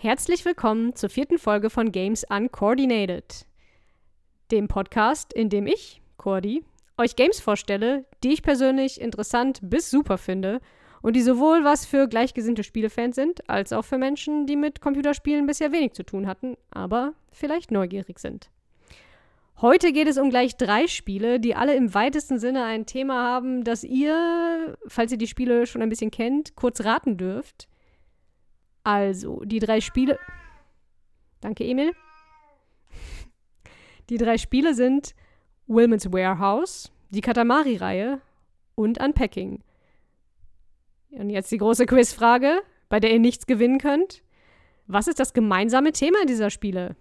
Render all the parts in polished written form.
Herzlich willkommen zur 4. Folge von Games Uncoordinated, dem Podcast, in dem ich, Cordi, euch Games vorstelle, die ich persönlich interessant bis super finde und die sowohl was für gleichgesinnte Spielefans sind, als auch für Menschen, die mit Computerspielen bisher wenig zu tun hatten, aber vielleicht neugierig sind. Heute geht es um gleich 3 Spiele, die alle im weitesten Sinne ein Thema haben, das ihr, falls ihr die Spiele schon ein bisschen kennt, kurz raten dürft. Also, die 3 Spiele... Danke, Emil. Die 3 Spiele sind Wilmot's Warehouse, die Katamari-Reihe und Unpacking. Und jetzt die große Quizfrage, bei der ihr nichts gewinnen könnt. Was ist das gemeinsame Thema dieser Spiele?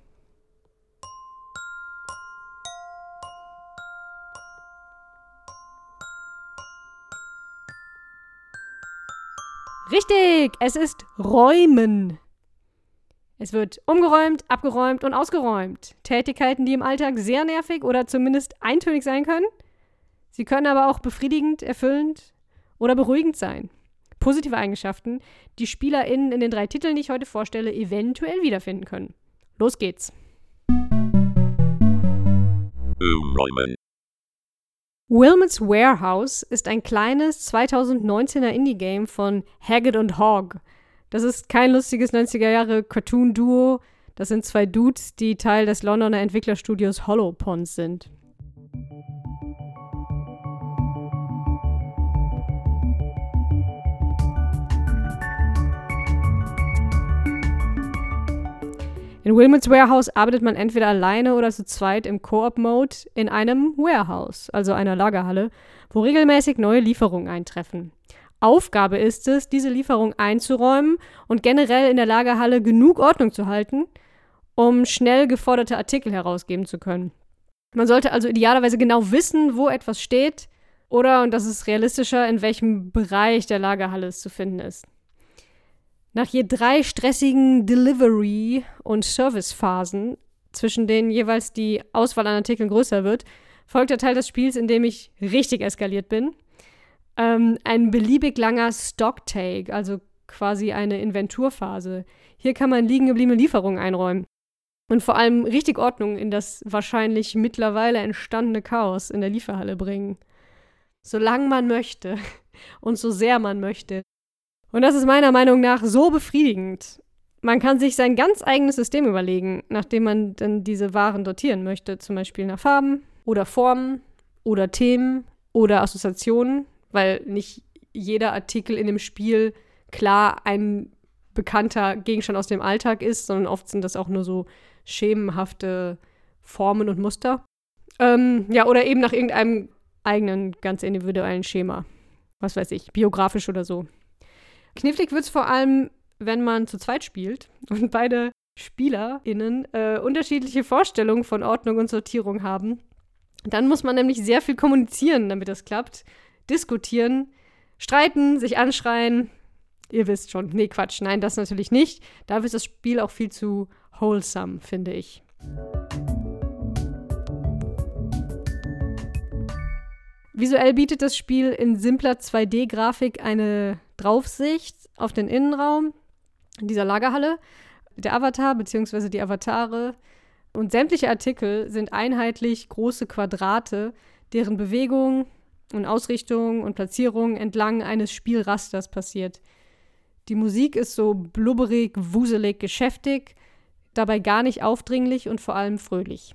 Richtig, es ist Räumen. Es wird umgeräumt, abgeräumt und ausgeräumt. Tätigkeiten, die im Alltag sehr nervig oder zumindest eintönig sein können. Sie können aber auch befriedigend, erfüllend oder beruhigend sein. Positive Eigenschaften, die SpielerInnen in den 3 Titeln, die ich heute vorstelle, eventuell wiederfinden können. Los geht's. Umräumen. Wilmot's Warehouse ist ein kleines 2019er Indie-Game von Haggett und Hogg. Das ist kein lustiges 90er-Jahre-Cartoon-Duo. Das sind 2 Dudes, die Teil des Londoner Entwicklerstudios Hollow Ponds sind. In Wilmot's Warehouse arbeitet man entweder alleine oder zu zweit im Koop-Mode in einem Warehouse, also einer Lagerhalle, wo regelmäßig neue Lieferungen eintreffen. Aufgabe ist es, diese Lieferung einzuräumen und generell in der Lagerhalle genug Ordnung zu halten, um schnell geforderte Artikel herausgeben zu können. Man sollte also idealerweise genau wissen, wo etwas steht oder, und das ist realistischer, in welchem Bereich der Lagerhalle es zu finden ist. Nach je 3 stressigen Delivery- und Servicephasen, zwischen denen jeweils die Auswahl an Artikeln größer wird, folgt der Teil des Spiels, in dem ich richtig eskaliert bin. Ein beliebig langer Stocktake, also quasi eine Inventurphase. Hier kann man liegen gebliebene Lieferungen einräumen und vor allem richtig Ordnung in das wahrscheinlich mittlerweile entstandene Chaos in der Lieferhalle bringen. Solange man möchte und so sehr man möchte. Und das ist meiner Meinung nach so befriedigend. Man kann sich sein ganz eigenes System überlegen, nachdem man dann diese Waren sortieren möchte, zum Beispiel nach Farben oder Formen oder Themen oder Assoziationen, weil nicht jeder Artikel in dem Spiel klar ein bekannter Gegenstand aus dem Alltag ist, sondern oft sind das auch nur so schemenhafte Formen und Muster. Oder eben nach irgendeinem eigenen, ganz individuellen Schema. Was weiß ich, biografisch oder so. Knifflig wird es vor allem, wenn man zu zweit spielt und beide SpielerInnen unterschiedliche Vorstellungen von Ordnung und Sortierung haben. Dann muss man nämlich sehr viel kommunizieren, damit das klappt. Diskutieren, streiten, sich anschreien. Ihr wisst schon, nee, Quatsch, nein, das natürlich nicht. Dafür ist das Spiel auch viel zu wholesome, finde ich. Visuell bietet das Spiel in simpler 2D-Grafik eine Draufsicht auf den Innenraum dieser Lagerhalle, der Avatar bzw. die Avatare und sämtliche Artikel sind einheitlich große Quadrate, deren Bewegung und Ausrichtung und Platzierung entlang eines Spielrasters passiert. Die Musik ist so blubberig, wuselig, geschäftig, dabei gar nicht aufdringlich und vor allem fröhlich.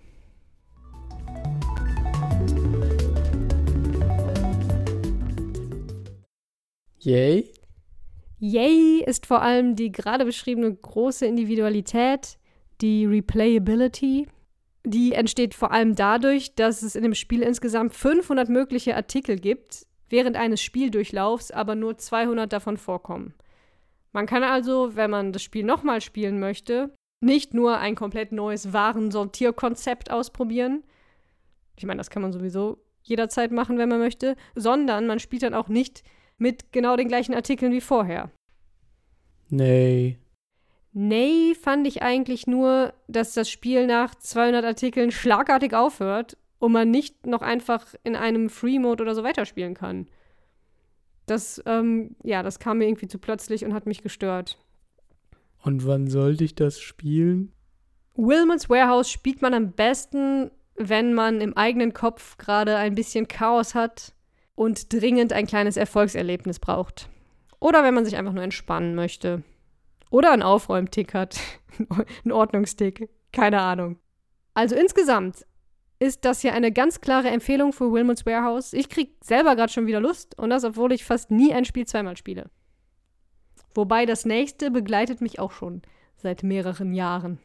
Yay? Yay ist vor allem die gerade beschriebene große Individualität, die Replayability. Die entsteht vor allem dadurch, dass es in dem Spiel insgesamt 500 mögliche Artikel gibt, während eines Spieldurchlaufs aber nur 200 davon vorkommen. Man kann also, wenn man das Spiel nochmal spielen möchte, nicht nur ein komplett neues Warensortierkonzept ausprobieren. Ich meine, das kann man sowieso jederzeit machen, wenn man möchte, sondern man spielt dann auch nicht mit genau den gleichen Artikeln wie vorher. Nee. Nee, fand ich eigentlich nur, dass das Spiel nach 200 Artikeln schlagartig aufhört und man nicht noch einfach in einem Free-Mode oder so weiterspielen kann. Das kam mir irgendwie zu plötzlich und hat mich gestört. Und wann sollte ich das spielen? Wilmot's Warehouse spielt man am besten, wenn man im eigenen Kopf gerade ein bisschen Chaos hat und dringend ein kleines Erfolgserlebnis braucht. Oder wenn man sich einfach nur entspannen möchte. Oder einen Aufräumtick hat. Einen Ordnungstick. Keine Ahnung. Also insgesamt ist das hier eine ganz klare Empfehlung für Wilmot's Warehouse. Ich krieg selber gerade schon wieder Lust und das, obwohl ich fast nie ein Spiel zweimal spiele. Wobei das nächste begleitet mich auch schon seit mehreren Jahren.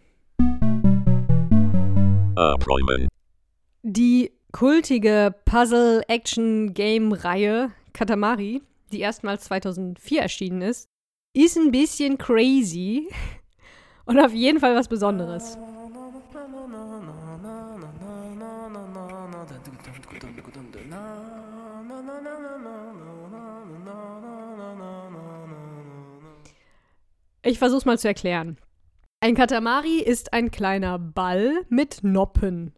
Abräumen. Die kultige Puzzle-Action-Game-Reihe Katamari, die erstmals 2004 erschienen ist ein bisschen crazy und auf jeden Fall was Besonderes. Ich versuch's mal zu erklären. Ein Katamari ist ein kleiner Ball mit Noppen.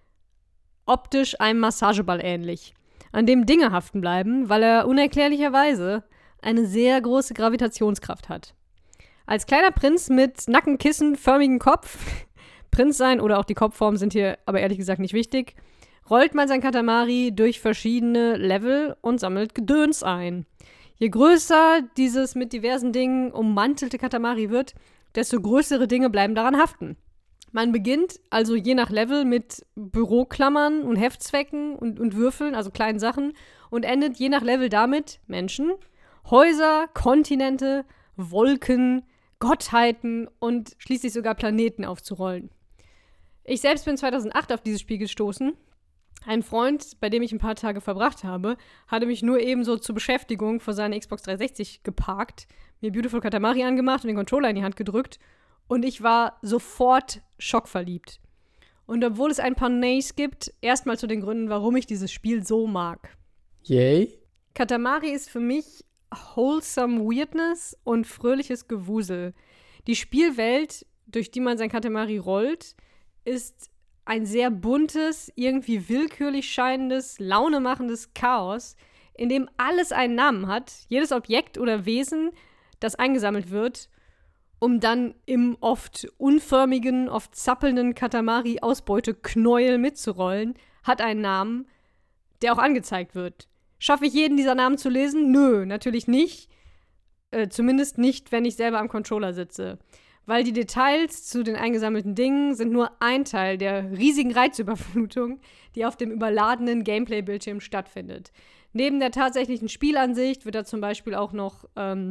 Optisch einem Massageball ähnlich, an dem Dinge haften bleiben, weil er unerklärlicherweise eine sehr große Gravitationskraft hat. Als kleiner Prinz mit nackenkissenförmigem Kopf, Prinz sein oder auch die Kopfform sind hier aber ehrlich gesagt nicht wichtig, rollt man sein Katamari durch verschiedene Level und sammelt Gedöns ein. Je größer dieses mit diversen Dingen ummantelte Katamari wird, desto größere Dinge bleiben daran haften. Man beginnt also je nach Level mit Büroklammern und Heftzwecken und Würfeln, also kleinen Sachen, und endet je nach Level damit, Menschen, Häuser, Kontinente, Wolken, Gottheiten und schließlich sogar Planeten aufzurollen. Ich selbst bin 2008 auf dieses Spiel gestoßen. Ein Freund, bei dem ich ein paar Tage verbracht habe, hatte mich nur ebenso zur Beschäftigung vor seiner Xbox 360 geparkt, mir Beautiful Katamari angemacht und den Controller in die Hand gedrückt und ich war sofort schockverliebt. Und obwohl es ein paar Nays gibt, erstmal zu den Gründen, warum ich dieses Spiel so mag. Yay? Katamari ist für mich wholesome Weirdness und fröhliches Gewusel. Die Spielwelt, durch die man sein Katamari rollt, ist ein sehr buntes, irgendwie willkürlich scheinendes, launemachendes Chaos, in dem alles einen Namen hat, jedes Objekt oder Wesen, das eingesammelt wird, um dann im oft unförmigen, oft zappelnden Katamari-Ausbeuteknäuel mitzurollen, hat einen Namen, der auch angezeigt wird. Schaffe ich jeden dieser Namen zu lesen? Nö, natürlich nicht. Zumindest nicht, wenn ich selber am Controller sitze. Weil die Details zu den eingesammelten Dingen sind nur ein Teil der riesigen Reizüberflutung, die auf dem überladenen Gameplay-Bildschirm stattfindet. Neben der tatsächlichen Spielansicht wird da zum Beispiel auch noch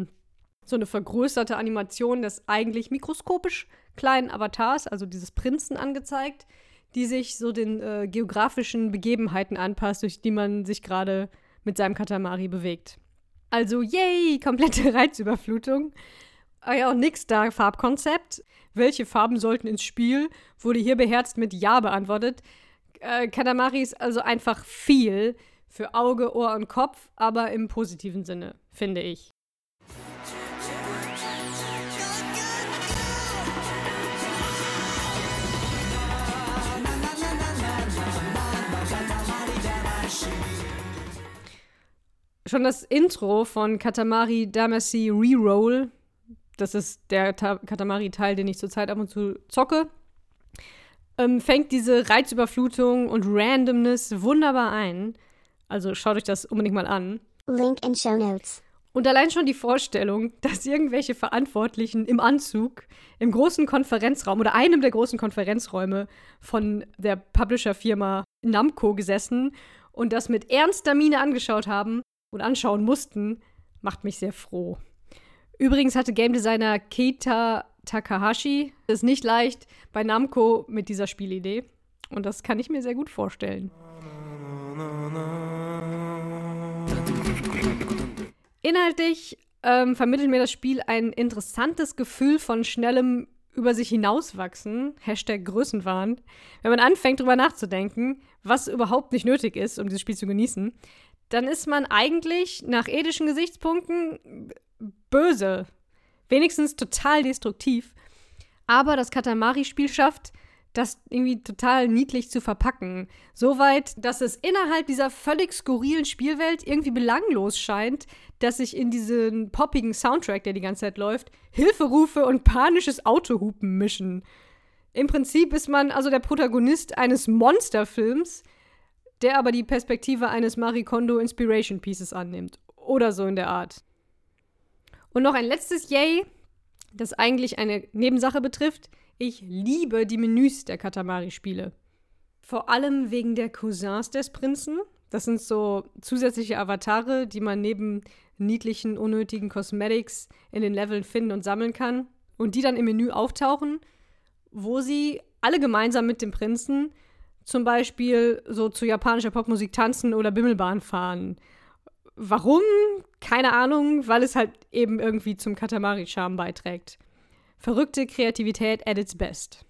so eine vergrößerte Animation des eigentlich mikroskopisch kleinen Avatars, also dieses Prinzen, angezeigt, die sich so den geografischen Begebenheiten anpasst, durch die man sich gerade mit seinem Katamari bewegt. Also, yay, komplette Reizüberflutung. Ja, und nix da, Farbkonzept. Welche Farben sollten ins Spiel? Wurde hier beherzt mit Ja beantwortet. Katamari ist also einfach viel für Auge, Ohr und Kopf, aber im positiven Sinne, finde ich. Schon das Intro von Katamari Damacy Reroll, das ist der Katamari-Teil, den ich zurzeit ab und zu zocke, fängt diese Reizüberflutung und Randomness wunderbar ein. Also schaut euch das unbedingt mal an. Link in Show Notes. Und allein schon die Vorstellung, dass irgendwelche Verantwortlichen im Anzug im großen Konferenzraum oder einem der großen Konferenzräume von der Publisher-Firma Namco gesessen und das mit ernster Miene angeschaut haben und anschauen mussten, macht mich sehr froh. Übrigens hatte Game Designer Keita Takahashi es nicht leicht bei Namco mit dieser Spielidee. Und das kann ich mir sehr gut vorstellen. Inhaltlich vermittelt mir das Spiel ein interessantes Gefühl von schnellem über sich hinauswachsen, #Größenwahn, wenn man anfängt, drüber nachzudenken, was überhaupt nicht nötig ist, um dieses Spiel zu genießen, dann ist man eigentlich nach ethischen Gesichtspunkten böse. Wenigstens total destruktiv. Aber das Katamari-Spiel schafft, das irgendwie total niedlich zu verpacken. Soweit, dass es innerhalb dieser völlig skurrilen Spielwelt irgendwie belanglos scheint, dass sich in diesen poppigen Soundtrack, der die ganze Zeit läuft, Hilferufe und panisches Autohupen mischen. Im Prinzip ist man also der Protagonist eines Monsterfilms, der aber die Perspektive eines Marie Kondo Inspiration Pieces annimmt. Oder so in der Art. Und noch ein letztes Yay, das eigentlich eine Nebensache betrifft. Ich liebe die Menüs der Katamari-Spiele. Vor allem wegen der Cousins des Prinzen. Das sind so zusätzliche Avatare, die man neben niedlichen, unnötigen Cosmetics in den Leveln finden und sammeln kann. Und die dann im Menü auftauchen, wo sie alle gemeinsam mit dem Prinzen zum Beispiel so zu japanischer Popmusik tanzen oder Bimmelbahn fahren. Warum? Keine Ahnung, weil es halt eben irgendwie zum Katamari-Charme beiträgt. Verrückte Kreativität at its best.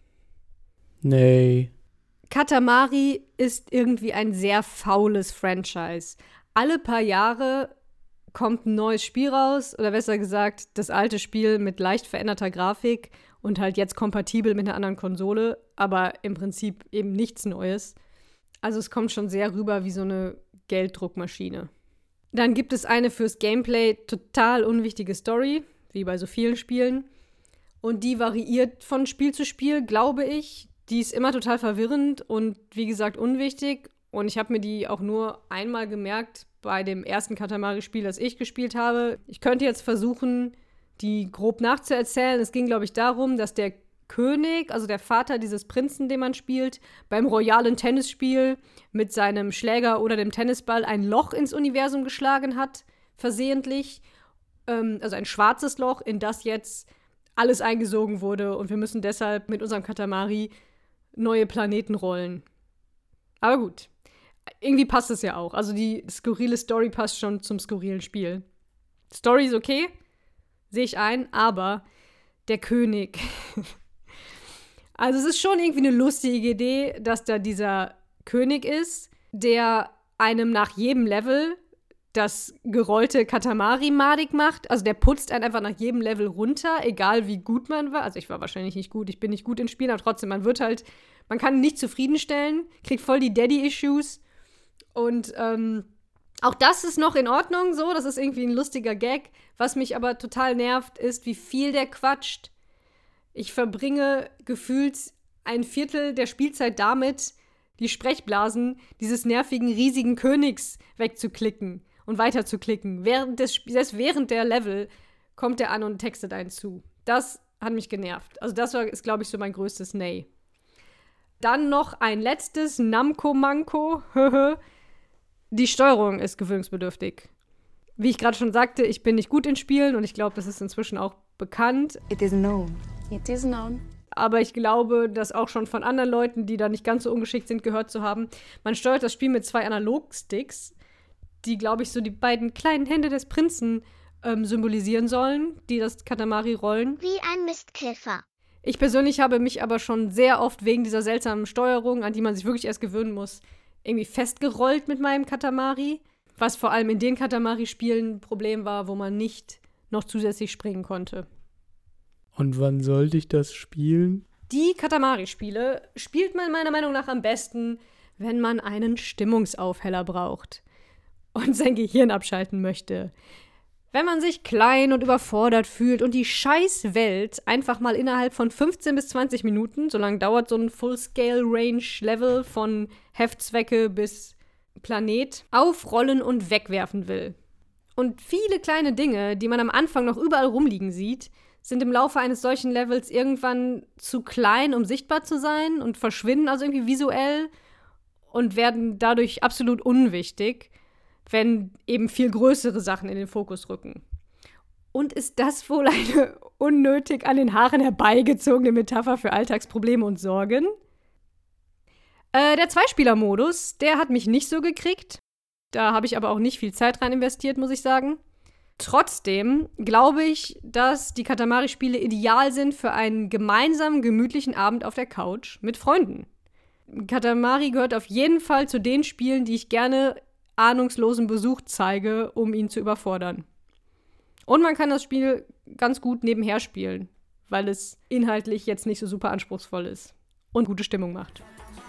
Nee. Katamari ist irgendwie ein sehr faules Franchise. Alle paar Jahre kommt ein neues Spiel raus, oder besser gesagt, das alte Spiel mit leicht veränderter Grafik und halt jetzt kompatibel mit einer anderen Konsole, aber im Prinzip eben nichts Neues. Also es kommt schon sehr rüber wie so eine Gelddruckmaschine. Dann gibt es eine fürs Gameplay total unwichtige Story, wie bei so vielen Spielen. Und die variiert von Spiel zu Spiel, glaube ich. Die ist immer total verwirrend und wie gesagt unwichtig. Und ich habe mir die auch nur einmal gemerkt bei dem ersten Katamari-Spiel, das ich gespielt habe. Ich könnte jetzt versuchen, die grob nachzuerzählen. Es ging, glaube ich, darum, dass der König, also der Vater dieses Prinzen, den man spielt, beim royalen Tennisspiel mit seinem Schläger oder dem Tennisball ein Loch ins Universum geschlagen hat, versehentlich. Also ein schwarzes Loch, in das jetzt alles eingesogen wurde und wir müssen deshalb mit unserem Katamari neue Planeten rollen. Aber gut, irgendwie passt es ja auch. Also die skurrile Story passt schon zum skurrilen Spiel. Story ist okay, sehe ich ein, aber der König. Also es ist schon irgendwie eine lustige Idee, dass da dieser König ist, der einem nach jedem Level das gerollte Katamari madig macht. Also der putzt einen einfach nach jedem Level runter, egal wie gut man war. Also ich war wahrscheinlich nicht gut, ich bin nicht gut in Spielen, aber trotzdem, man kann ihn nicht zufriedenstellen, kriegt voll die Daddy-Issues. Und auch das ist noch in Ordnung so, das ist irgendwie ein lustiger Gag. Was mich aber total nervt, ist, wie viel der quatscht. Ich verbringe gefühlt ein Viertel der Spielzeit damit, die Sprechblasen dieses nervigen, riesigen Königs wegzuklicken und weiterzuklicken. Selbst während der Level kommt er an und textet einen zu. Das hat mich genervt. Also das ist, glaube ich, so mein größtes Nay. Dann noch ein letztes Namco-Manko. Die Steuerung ist gewöhnungsbedürftig. Wie ich gerade schon sagte, ich bin nicht gut in Spielen und ich glaube, das ist inzwischen auch bekannt. It is known. It is known. Aber ich glaube, das auch schon von anderen Leuten, die da nicht ganz so ungeschickt sind, gehört zu haben. Man steuert das Spiel mit 2 Analogsticks, die, glaube ich, so die beiden kleinen Hände des Prinzen symbolisieren sollen, die das Katamari rollen. Wie ein Mistkiffer. Ich persönlich habe mich aber schon sehr oft wegen dieser seltsamen Steuerung, an die man sich wirklich erst gewöhnen muss, irgendwie festgerollt mit meinem Katamari. Was vor allem in den Katamari-Spielen ein Problem war, wo man nicht noch zusätzlich springen konnte. Und wann sollte ich das spielen? Die Katamari-Spiele spielt man meiner Meinung nach am besten, wenn man einen Stimmungsaufheller braucht und sein Gehirn abschalten möchte. Wenn man sich klein und überfordert fühlt und die Scheißwelt einfach mal innerhalb von 15 bis 20 Minuten, so lange dauert so ein Full-Scale-Range-Level von Heftzwecke bis Planet, aufrollen und wegwerfen will. Und viele kleine Dinge, die man am Anfang noch überall rumliegen sieht, sind im Laufe eines solchen Levels irgendwann zu klein, um sichtbar zu sein und verschwinden also irgendwie visuell und werden dadurch absolut unwichtig, wenn eben viel größere Sachen in den Fokus rücken. Und ist das wohl eine unnötig an den Haaren herbeigezogene Metapher für Alltagsprobleme und Sorgen? Der Zweispieler-Modus, der hat mich nicht so gekriegt. Da habe ich aber auch nicht viel Zeit rein investiert, muss ich sagen. Trotzdem glaube ich, dass die Katamari-Spiele ideal sind für einen gemeinsamen, gemütlichen Abend auf der Couch mit Freunden. Katamari gehört auf jeden Fall zu den Spielen, die ich gerne ahnungslosen Besuch zeige, um ihn zu überfordern. Und man kann das Spiel ganz gut nebenher spielen, weil es inhaltlich jetzt nicht so super anspruchsvoll ist. und gute Stimmung macht.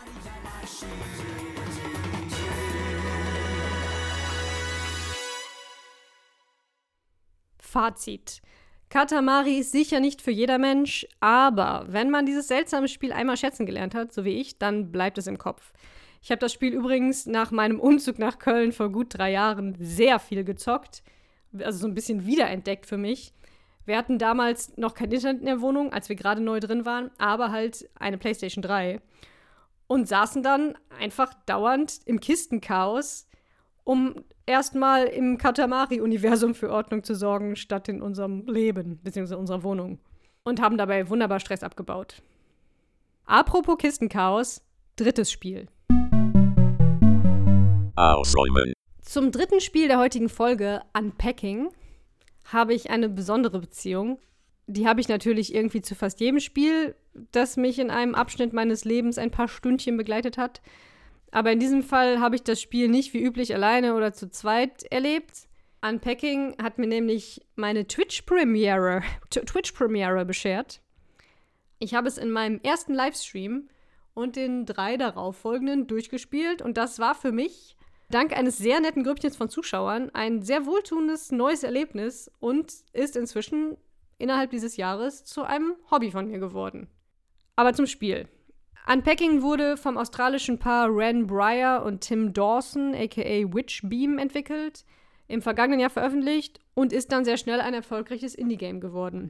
Fazit. Katamari ist sicher nicht für jeder Mensch, aber wenn man dieses seltsame Spiel einmal schätzen gelernt hat, so wie ich, dann bleibt es im Kopf. Ich habe das Spiel übrigens nach meinem Umzug nach Köln vor gut 3 Jahren sehr viel gezockt, also so ein bisschen wiederentdeckt für mich. Wir hatten damals noch kein Internet in der Wohnung, als wir gerade neu drin waren, aber halt eine PlayStation 3 und saßen dann einfach dauernd im Kistenchaos, um erstmal im Katamari-Universum für Ordnung zu sorgen, statt in unserem Leben, beziehungsweise unserer Wohnung. Und haben dabei wunderbar Stress abgebaut. Apropos Kistenchaos, 3. Spiel. Ausräumen. Zum 3. Spiel der heutigen Folge, Unpacking, habe ich eine besondere Beziehung. Die habe ich natürlich irgendwie zu fast jedem Spiel, das mich in einem Abschnitt meines Lebens ein paar Stündchen begleitet hat. Aber in diesem Fall habe ich das Spiel nicht wie üblich alleine oder zu zweit erlebt. Unpacking hat mir nämlich meine Twitch-Premiere beschert. Ich habe es in meinem ersten Livestream und den 3 darauffolgenden durchgespielt. Und das war für mich, dank eines sehr netten Grüppchens von Zuschauern, ein sehr wohltuendes neues Erlebnis und ist inzwischen innerhalb dieses Jahres zu einem Hobby von mir geworden. Aber zum Spiel. Unpacking wurde vom australischen Paar Ren Breyer und Tim Dawson, aka Witchbeam, entwickelt, im vergangenen Jahr veröffentlicht und ist dann sehr schnell ein erfolgreiches Indie-Game geworden.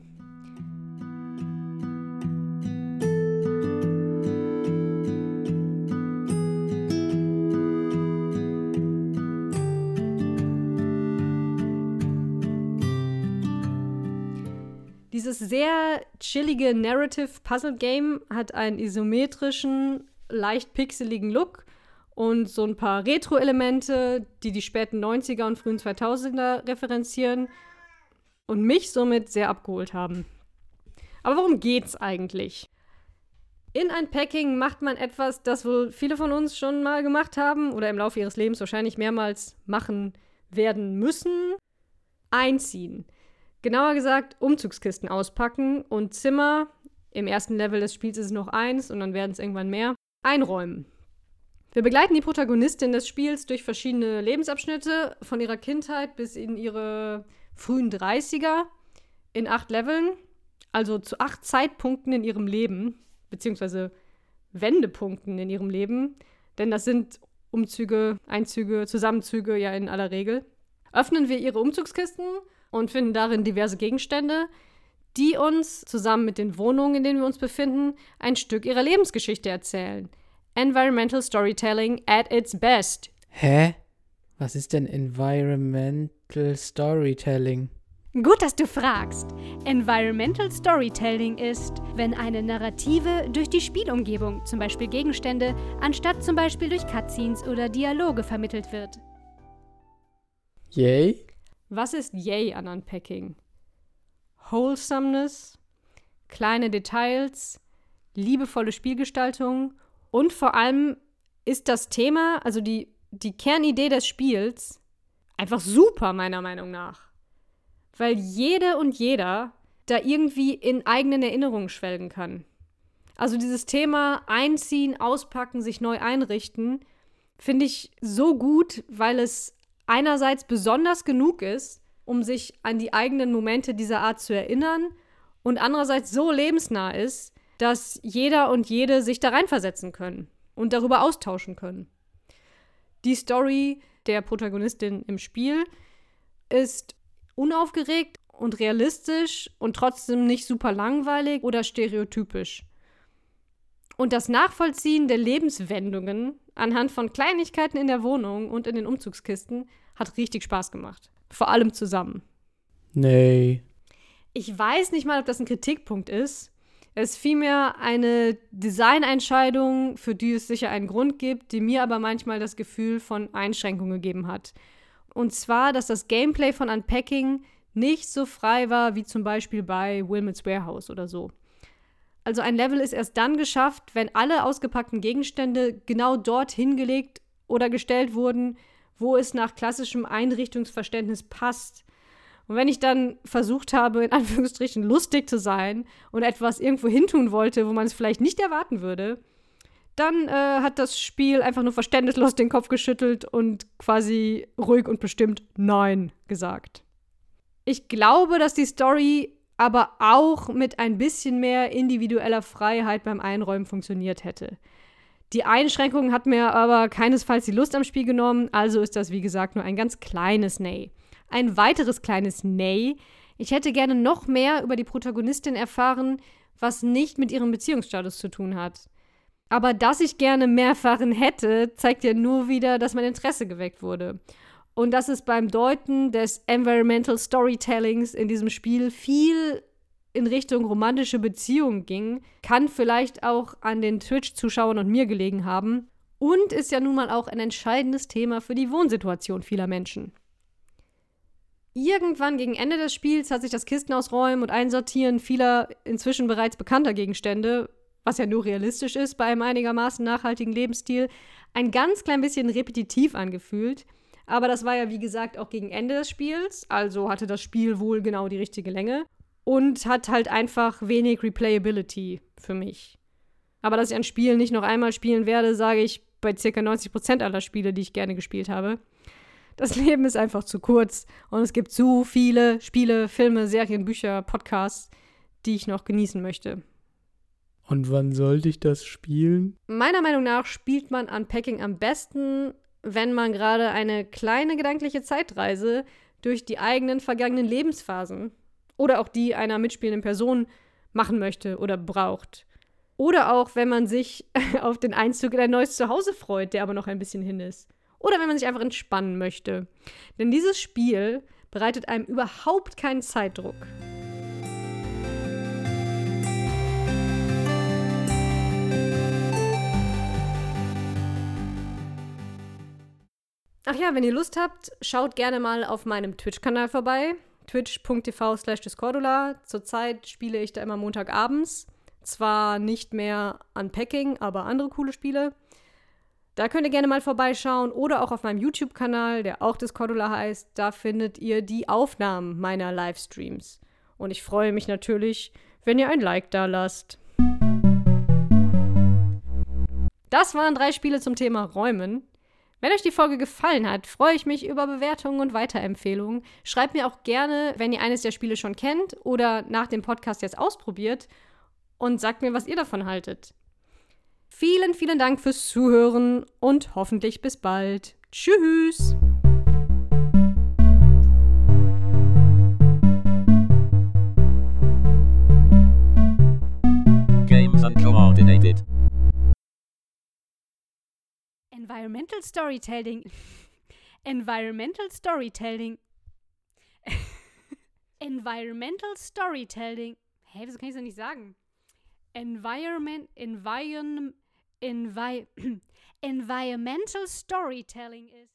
Dieses sehr chillige Narrative-Puzzle-Game hat einen isometrischen, leicht pixeligen Look und so ein paar Retro-Elemente, die die späten 90er und frühen 2000er referenzieren und mich somit sehr abgeholt haben. Aber worum geht's eigentlich? In Unpacking macht man etwas, das wohl viele von uns schon mal gemacht haben oder im Laufe ihres Lebens wahrscheinlich mehrmals machen werden müssen: Einziehen. Genauer gesagt, Umzugskisten auspacken und Zimmer, im ersten Level des Spiels ist es noch 1 und dann werden es irgendwann mehr, einräumen. Wir begleiten die Protagonistin des Spiels durch verschiedene Lebensabschnitte, von ihrer Kindheit bis in ihre frühen 30er, in 8 Leveln, also zu 8 Zeitpunkten in ihrem Leben, beziehungsweise Wendepunkten in ihrem Leben, denn das sind Umzüge, Einzüge, Zusammenzüge ja in aller Regel. Öffnen wir ihre Umzugskisten und finden darin diverse Gegenstände, die uns, zusammen mit den Wohnungen, in denen wir uns befinden, ein Stück ihrer Lebensgeschichte erzählen. Environmental Storytelling at its best. Hä? Was ist denn Environmental Storytelling? Gut, dass du fragst. Environmental Storytelling ist, wenn eine Narrative durch die Spielumgebung, zum Beispiel Gegenstände, anstatt zum Beispiel durch Cutscenes oder Dialoge vermittelt wird. Yay? Was ist Yay an Unpacking? Wholesomeness, kleine Details, liebevolle Spielgestaltung und vor allem ist das Thema, also die Kernidee des Spiels, einfach super, meiner Meinung nach. Weil jede und jeder da irgendwie in eigenen Erinnerungen schwelgen kann. Also dieses Thema Einziehen, Auspacken, sich neu einrichten, finde ich so gut, weil es einerseits besonders genug ist, um sich an die eigenen Momente dieser Art zu erinnern und andererseits so lebensnah ist, dass jeder und jede sich da reinversetzen können und darüber austauschen können. Die Story der Protagonistin im Spiel ist unaufgeregt und realistisch und trotzdem nicht super langweilig oder stereotypisch. Und das Nachvollziehen der Lebenswendungen anhand von Kleinigkeiten in der Wohnung und in den Umzugskisten hat richtig Spaß gemacht. Vor allem zusammen. Nee. Ich weiß nicht mal, ob das ein Kritikpunkt ist. Es ist vielmehr eine Designentscheidung, für die es sicher einen Grund gibt, die mir aber manchmal das Gefühl von Einschränkung gegeben hat. Und zwar, dass das Gameplay von Unpacking nicht so frei war wie zum Beispiel bei Wilmot's Warehouse oder so. Also ein Level ist erst dann geschafft, wenn alle ausgepackten Gegenstände genau dort hingelegt oder gestellt wurden, wo es nach klassischem Einrichtungsverständnis passt. Und wenn ich dann versucht habe, in Anführungsstrichen lustig zu sein und etwas irgendwo hintun wollte, wo man es vielleicht nicht erwarten würde, dann hat das Spiel einfach nur verständnislos den Kopf geschüttelt und quasi ruhig und bestimmt Nein gesagt. Ich glaube, dass die Story aber auch mit ein bisschen mehr individueller Freiheit beim Einräumen funktioniert hätte. Die Einschränkung hat mir aber keinesfalls die Lust am Spiel genommen, also ist das, wie gesagt, nur ein ganz kleines Nay. Ein weiteres kleines Nay: Ich hätte gerne noch mehr über die Protagonistin erfahren, was nicht mit ihrem Beziehungsstatus zu tun hat. Aber dass ich gerne mehr erfahren hätte, zeigt ja nur wieder, dass mein Interesse geweckt wurde. Und dass es beim Deuten des Environmental Storytellings in diesem Spiel viel in Richtung romantische Beziehungen ging, kann vielleicht auch an den Twitch-Zuschauern und mir gelegen haben und ist ja nun mal auch ein entscheidendes Thema für die Wohnsituation vieler Menschen. Irgendwann gegen Ende des Spiels hat sich das Kistenausräumen und Einsortieren vieler inzwischen bereits bekannter Gegenstände, was ja nur realistisch ist bei einem einigermaßen nachhaltigen Lebensstil, ein ganz klein bisschen repetitiv angefühlt. Aber das war ja, wie gesagt, auch gegen Ende des Spiels, also hatte das Spiel wohl genau die richtige Länge und hat halt einfach wenig Replayability für mich. Aber dass ich ein Spiel nicht noch einmal spielen werde, sage ich bei ca. 90% aller Spiele, die ich gerne gespielt habe. Das Leben ist einfach zu kurz und es gibt zu viele Spiele, Filme, Serien, Bücher, Podcasts, die ich noch genießen möchte. Und wann sollte ich das spielen? Meiner Meinung nach spielt man Unpacking am besten, wenn man gerade eine kleine gedankliche Zeitreise durch die eigenen vergangenen Lebensphasen oder auch die einer mitspielenden Person machen möchte oder braucht. Oder auch, wenn man sich auf den Einzug in ein neues Zuhause freut, der aber noch ein bisschen hin ist. Oder wenn man sich einfach entspannen möchte. Denn dieses Spiel bereitet einem überhaupt keinen Zeitdruck. Ach ja, wenn ihr Lust habt, schaut gerne mal auf meinem Twitch-Kanal vorbei. twitch.tv/discordula. Zurzeit spiele ich da immer montagabends. Zwar nicht mehr Unpacking, aber andere coole Spiele. Da könnt ihr gerne mal vorbeischauen. Oder auch auf meinem YouTube-Kanal, der auch Discordula heißt. Da findet ihr die Aufnahmen meiner Livestreams. Und ich freue mich natürlich, wenn ihr ein Like da lasst. Das waren 3 Spiele zum Thema Räumen. Wenn euch die Folge gefallen hat, freue ich mich über Bewertungen und Weiterempfehlungen. Schreibt mir auch gerne, wenn ihr eines der Spiele schon kennt oder nach dem Podcast jetzt ausprobiert und sagt mir, was ihr davon haltet. Vielen, vielen Dank fürs Zuhören und hoffentlich bis bald. Tschüss! Games uncoordinated. Environmental Storytelling. Environmental Storytelling. Environmental Storytelling. Hä, wieso kann ich das nicht sagen? Environmental Storytelling ist